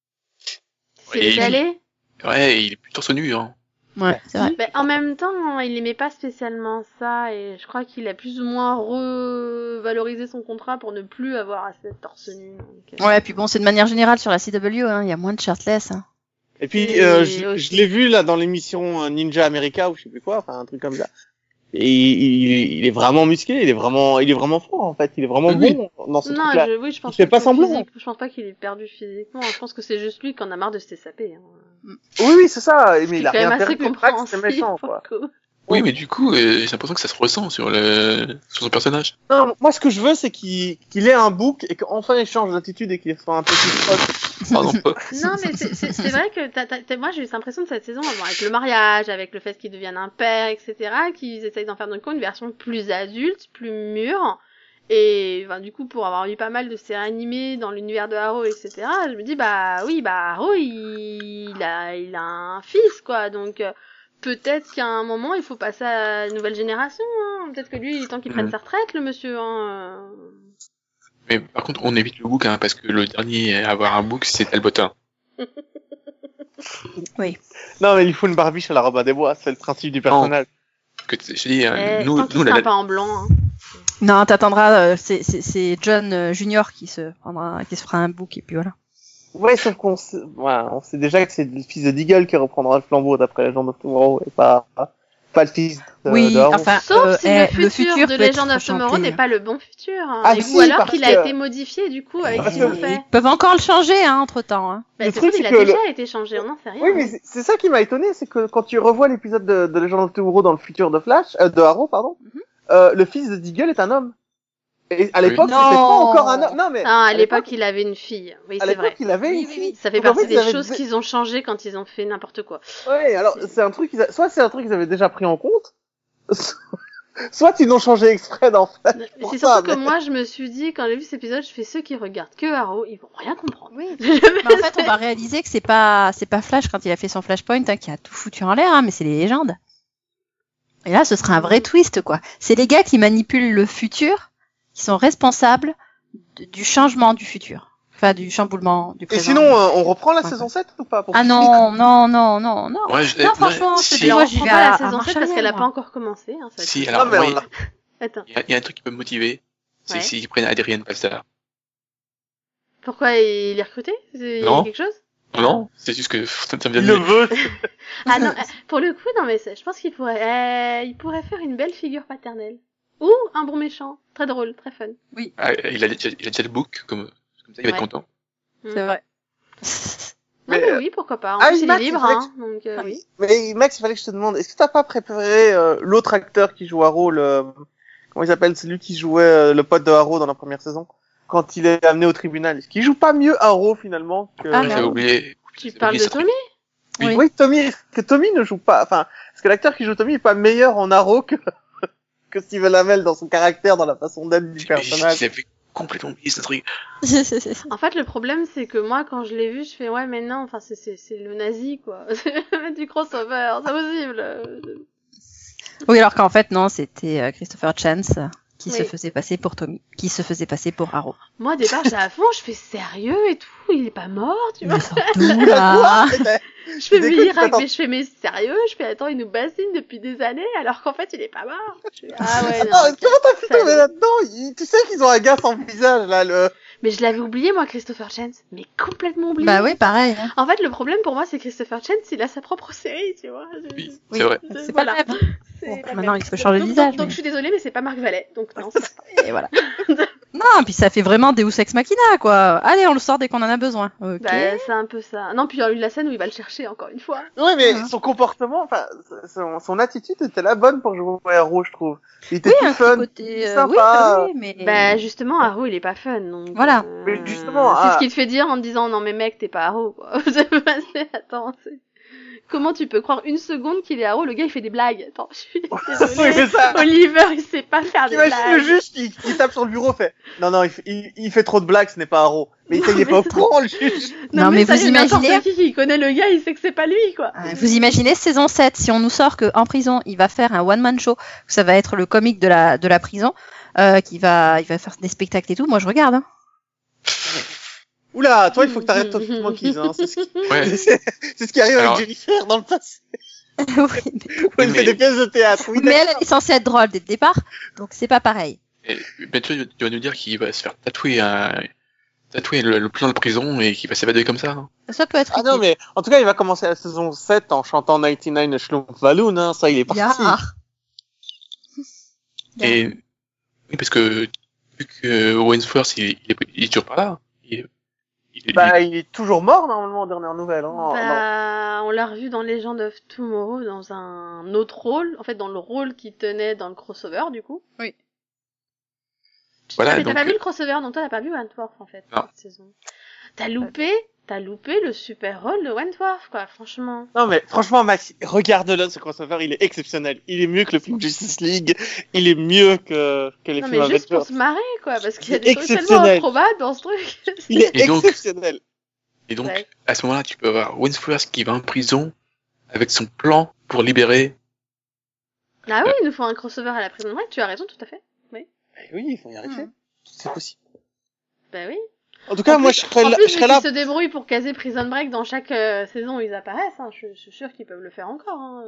C'est Et- étalé. ouais, il est plus torse nu, hein. Ouais, c'est vrai. En même temps, il aimait pas spécialement ça et je crois qu'il a plus ou moins revalorisé son contrat pour ne plus avoir assez de torse nu. Donc, Ouais, puis bon, c'est de manière générale sur la CW, hein, il y a moins de shirtless. Hein. Et puis, Et je aussi. l'ai vu, là, dans l'émission Ninja America, ou je sais plus quoi, enfin, un truc comme ça. Et il est vraiment musclé, il est vraiment fort, en fait. Il est vraiment Oui. bon dans ce non, truc-là. je pense Il fait pas que semblant. je pense pas qu'il est perdu physiquement. Je pense que c'est juste lui qui en a marre de se saper. Hein. Oui, c'est ça. Mais il a C'est quand rien même assez perdu. Max, compréhensif. c'est méchant, pour quoi. le coup. Oui, mais du coup, j'ai l'impression que ça se ressent sur son personnage. Non, moi, ce que je veux, c'est qu'il ait un book et qu'enfin il change d'attitude et qu'il soit un peu plus proche. Pardon, pas. Non, mais c'est vrai que moi j'ai eu cette impression de cette saison, bon, avec le mariage, avec le fait qu'ils deviennent un père, etc., qu'ils essayent d'en faire donc une version plus adulte, plus mûre. Et du coup, pour avoir eu pas mal de séries animées dans l'univers de Arrow, etc., je me dis Arrow, il a un fils, quoi. Donc peut-être qu'à un moment, il faut passer à la nouvelle génération. Hein. Peut-être que lui, il est temps qu'il prenne sa retraite, le monsieur. Hein. Mais par contre, on évite le book, hein, parce que le dernier à avoir un book, c'est Talbotin. Oui. Non, mais il faut une barbiche à la Robin des Bois, c'est le principe du personnage. Que je dis, Tant qu'il sera pas en blanc. Hein. Non, t'attendras, c'est John Junior qui se fera un book et puis voilà. Ouais, sauf qu'on sait, on sait déjà que c'est le fils de Deagle qui reprendra le flambeau d'après Legend of Tomorrow et pas le fils de Arrow. Enfin, sauf si le futur de peut être Legend of Tomorrow chanté. n'est pas le bon futur. Hein. Ah, ou si, alors parce qu'il a que- été modifié du coup avec ce Parce qu'ils ont que- fait. Ils peuvent encore le changer, hein, entre temps. Hein. Bah, Le c'est truc, vrai, il c'est a que déjà été changé, on n'en sait rien. Oui, mais c'est ça qui m'a étonné, c'est que quand tu revois l'épisode de Legend of Tomorrow dans le futur de de Arrow, pardon, le fils de Deagle est un homme. Et à l'époque, Oui. c'était pas Non. encore un homme. Non, mais. Ah, à l'époque, il avait une fille. Oui, à c'est vrai. l'époque, il avait Oui, une oui, fille. oui. Ça fait Donc, en partie fait, ils des avaient choses qu'ils ont changé quand ils ont fait n'importe quoi. Ouais, alors, c'est un truc soit c'est un truc qu'ils avaient déjà pris en compte, soit ils l'ont changé exprès d'en fait. C'est surtout que moi, je me suis dit, quand j'ai vu cet épisode, je fais ceux qui regardent que Arrow, ils vont rien comprendre. Oui. Mais en fait, on va réaliser que c'est pas Flash quand il a fait son Flashpoint qui a tout foutu en l'air, hein, mais c'est les légendes. Et là, ce sera un vrai twist, quoi. C'est les gars qui manipulent le futur, qui sont responsables du changement du futur. Enfin, du chamboulement du Et présent. sinon, on reprend la Ouais. saison 7 ou pas pour Ah non. Non, Ouais, non, franchement, si, c'est moi, On j'y prend vais pas à la saison marche 7 parce qu'elle a arrière, pas encore commencé. Hein, ça va si, être- alors, Non, mais moi, on a- Attends, il y a un truc qui peut me motiver, c'est Ouais. s'ils prennent Adrian Pastor. pourquoi il est recruté? Il y a Non. quelque chose? Non, c'est juste que ça me vient Il de le veut. Ah non, pour le coup, non mais je pense qu'il pourrait faire une belle figure paternelle. Ou un bon méchant. Très drôle, très fun. Ah, il a déjà le book, comme ça, il va être Ouais. content. C'est vrai. Non Mais, mais oui, pourquoi pas. En ah, plus, il est Max, libre, il fallait hein. Donc oui. Mais Max, il fallait que je te demande, est-ce que t'as pas préféré l'autre acteur qui joue Arrow, comment il s'appelle, c'est lui qui jouait le pote de Arrow dans la première saison, quand il est amené au tribunal. Est-ce qu'il joue pas mieux Arrow finalement que... Ah, J'avais oublié. Tu j'avais parles oublié de ce Tommy? truc. Oui. Oui, Tommy ne joue pas, enfin, parce que l'acteur qui joue Tommy est pas meilleur en Arrow que Steven Amell dans son caractère, dans la façon d'être du personnage. J'avais complètement oublié ce truc. En fait, le problème, c'est que moi, quand je l'ai vu, je fais, ouais, mais non, enfin, c'est le nazi, quoi. C'est du crossover, c'est possible. Oui, alors qu'en fait, non, c'était Christopher Chance qui se Oui. faisait passer pour Tommy, qui se faisait passer pour Arrow. Moi, au départ, j'étais à fond, je fais sérieux et tout, il est pas mort, tu vois. Mais surtout, là. Je fais Déconne, Miracle, attends. mais je fais, mais sérieux? Je fais, attends, il nous bassine depuis des années, alors qu'en fait, il est pas mort. Je fais, ah ouais, non. Attends, ok. comment t'as pu Ça tomber allait. là-dedans? Tu sais qu'ils ont un gars sans visage, là, Mais je l'avais oublié, moi, Christopher Chance. Mais complètement oublié. Bah oui, pareil. Hein. En fait, le problème pour moi, c'est Christopher Chance, il a sa propre série, tu vois. Oui, Oui. c'est vrai. C'est pas Voilà. le même. C'est Bon, pas le maintenant, même. il faut changer de visage. Donc mais- je suis désolée, mais c'est pas Marc Vallet. Donc non, c'est pas. Et voilà. Non, puis ça fait vraiment Deus Ex Machina, quoi. Allez, on le sort dès qu'on en a besoin. Ok. Bah, c'est un peu ça. Non, puis il y a eu la scène où il va le chercher encore une fois. Ouais, mais Ah. son comportement, enfin, son attitude était la bonne pour jouer au héros, je trouve. Il était Oui, plus un fun, petit côté. plus sympa. Oui, mais. Bah, justement, Arrow, il est pas fun, donc. Voilà. Mais justement, c'est ah. ce qu'il te fait dire en te disant, non, mais mec, t'es pas Arrow, quoi. Attends, comment tu peux croire une seconde qu'il est Arrow? Le gars, il fait des blagues. Attends, je suis Oui, désolée. mais ça. Oliver, il sait pas faire des T'imagines le blagues. juge qui tape sur le bureau, fait, non, il fait trop de blagues, ce n'est pas Arrow. Mais il est pas au courant, le juge. Non, mais vous sérieux, n'importe imaginez- qui connaît le gars, il sait que c'est pas lui, quoi. Vous imaginez saison 7, si on nous sort qu'en prison, il va faire un one-man show, que ça va être le comique de la prison, il va faire des spectacles et tout, moi je regarde. Hein. Oula, toi, il faut que t'arrêtes Toxic Monkeys, hein. C'est Ouais. c'est ce qui arrive Alors- avec Jennifer dans le passé. Oui, mais, Où elle mais- fait des pièces de théâtre. Oui, mais elle est censée être drôle dès le départ, donc c'est pas pareil. Et bientôt, tu vas nous dire qu'il va se faire tatouer le plan de prison et qu'il va s'évader comme ça. Hein. Ça peut être Ah non, mais en tout cas, il va commencer la saison 7 en chantant 99 Schlumpf Balloon, hein. Ça, il est parti. Yar. Et oui, parce que vu que Wentworth il est toujours pas là. Bah, il est toujours mort, normalement, en dernière nouvelle, hein. Bah, on l'a revu dans Legend of Tomorrow dans un autre rôle, en fait dans le rôle qu'il tenait dans le crossover du coup. Oui. Voilà, mais t'as donc, pas vu le crossover, donc toi t'as pas vu Wentworth en fait Non. cette saison. T'as loupé le super rôle de Wentworth quoi, franchement. Non, mais franchement, Max, regarde-le, ce crossover, il est exceptionnel. Il est mieux que le film Justice League. Il est mieux que les Non films mais juste pour Avengers. se marrer quoi, parce qu'il y a C'est des trucs tellement exceptionnel. improbables dans ce truc. Il est Et donc- exceptionnel. et donc Ouais. à ce moment-là, tu peux avoir Wentworth qui va en prison avec son plan pour libérer. Ah oui, il nous faut un crossover à la Prison Break, tu as raison, tout à fait. Oui. Oui, il faut y arriver. C'est possible. Bah oui. En tout cas, moi, je serais là. En plus, ils se débrouillent pour caser Prison Break dans chaque saison où ils apparaissent. Hein. Je suis sûre qu'ils peuvent le faire encore. Hein.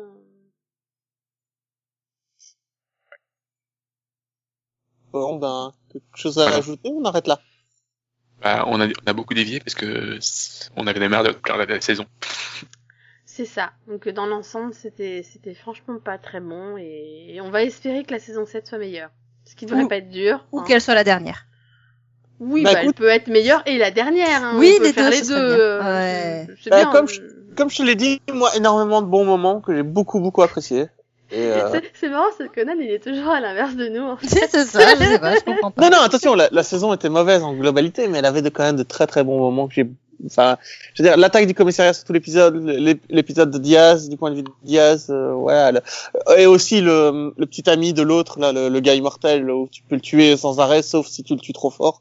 Bon, ben, quelque chose à rajouter, on arrête là. Bah, on a beaucoup dévié parce que on avait la merde de la saison. C'est ça. Donc dans l'ensemble, c'était franchement pas très bon et on va espérer que la saison 7 soit meilleure. Ce qui devrait pas être dur. Ou qu'elle soit la dernière. Oui, bah, elle peut être meilleure et la dernière. Hein. Oui, on peut faire les deux. Ouais. C'est bien. Comme je te l'ai dit, moi, énormément de bons moments que j'ai beaucoup appréciés. C'est marrant, ce Conan, il est toujours à l'inverse de nous. En fait. C'est ça, je sais pas, je comprends pas. Non, attention, la saison était mauvaise en globalité, mais elle avait quand même de très bons moments que j'ai. Enfin, je veux dire, l'attaque du commissariat sur tout l'épisode, l'épisode de Diaz, du point de vue de Diaz, voilà. Et aussi le petit ami de l'autre, là, le gars immortel, où tu peux le tuer sans arrêt, sauf si tu le tues trop fort.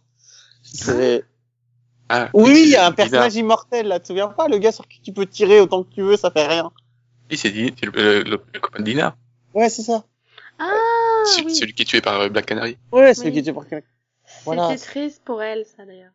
Oui, il y a un personnage immortel, là, tu te souviens pas? Le gars sur qui tu peux tirer autant que tu veux, ça fait rien. Oui, c'est le copain de Dina. Ouais, c'est ça. Ah, oui. Celui qui est tué par Black Canary. Ouais, celui qui est tué par Canary. Voilà. C'était triste pour elle, ça, d'ailleurs.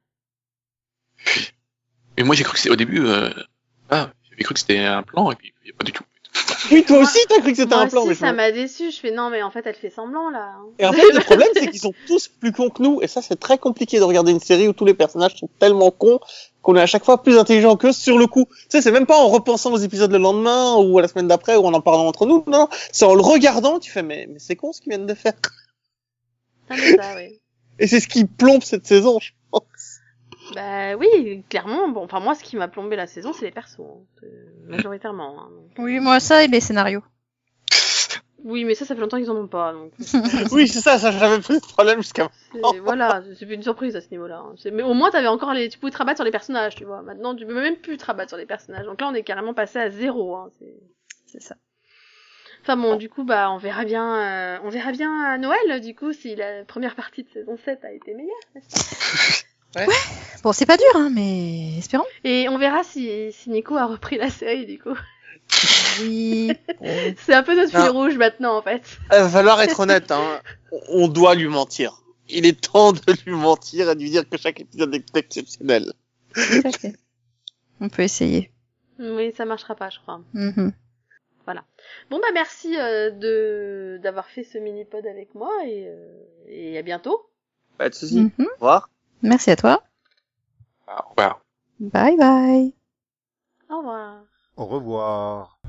Mais moi, j'ai cru que c'était au début, j'avais cru que c'était un plan, et puis, il n'y a pas du tout. Oui, toi aussi, t'as cru que c'était un plan. Moi aussi, ça m'a déçu. Je fais, non, mais en fait, elle fait semblant, là. Et en fait, le problème, c'est qu'ils sont tous plus cons que nous, et ça, c'est très compliqué de regarder une série où tous les personnages sont tellement cons qu'on est à chaque fois plus intelligent qu'eux sur le coup. Tu sais, c'est même pas en repensant aux épisodes le lendemain, ou à la semaine d'après, ou en parlant entre nous, non, c'est en le regardant, tu fais, mais c'est con ce qu'ils viennent de faire. Ah, mais ça, oui. Et c'est ce qui plombe cette saison, je pense. Bah oui, clairement. Bon, enfin moi, ce qui m'a plombé la saison, c'est les persos, hein, majoritairement. Hein, donc... Oui, moi ça et les scénarios. Oui, mais ça fait longtemps qu'ils en ont pas. Donc... oui, c'est ça, j'avais pris ce problème jusqu'à maintenant. Voilà, c'est une surprise à ce niveau-là. Hein. Mais au moins, t'avais encore tu pouvais te rabattre sur les personnages, tu vois. Maintenant, tu peux même plus te rabattre sur les personnages. Donc là, on est carrément passé à 0. Hein. C'est ça. Enfin bon, du coup, bah, on verra bien à Noël, du coup, si la première partie de saison 7 a été meilleure, n'est-ce pas? Ouais. Bon, c'est pas dur, hein, mais espérons. Et on verra si Nico a repris la série, du coup. Oui. C'est un peu notre fil rouge maintenant, en fait. Va falloir être honnête, hein. On doit lui mentir. Il est temps de lui mentir et de lui dire que chaque épisode est exceptionnel. Tout à fait. On peut essayer. Oui, ça marchera pas, je crois. Mm-hmm. Voilà. Bon, bah, merci d'avoir fait ce mini-pod avec moi et à bientôt. Pas de soucis. Mm-hmm. Au revoir. Merci à toi. Au revoir. Bye bye. Au revoir. Au revoir.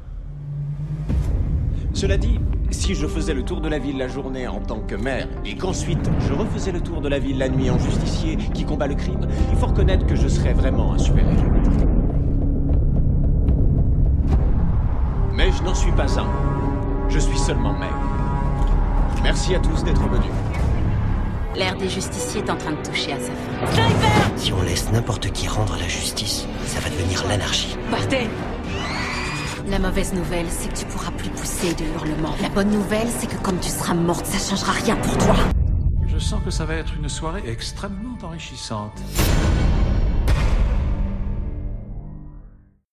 Cela dit, si je faisais le tour de la ville la journée en tant que maire et qu'ensuite je refaisais le tour de la ville la nuit en justicier qui combat le crime, il faut reconnaître que je serais vraiment un super-héros. Mais je n'en suis pas un. Je suis seulement maire. Merci à tous d'être venus. L'ère des justiciers est en train de toucher à sa fin. Sniper ! Si on laisse n'importe qui rendre la justice, ça va devenir l'anarchie. Partez! La mauvaise nouvelle, c'est que tu pourras plus pousser de hurlements. La bonne nouvelle, c'est que comme tu seras morte, ça changera rien pour toi. Je sens que ça va être une soirée extrêmement enrichissante.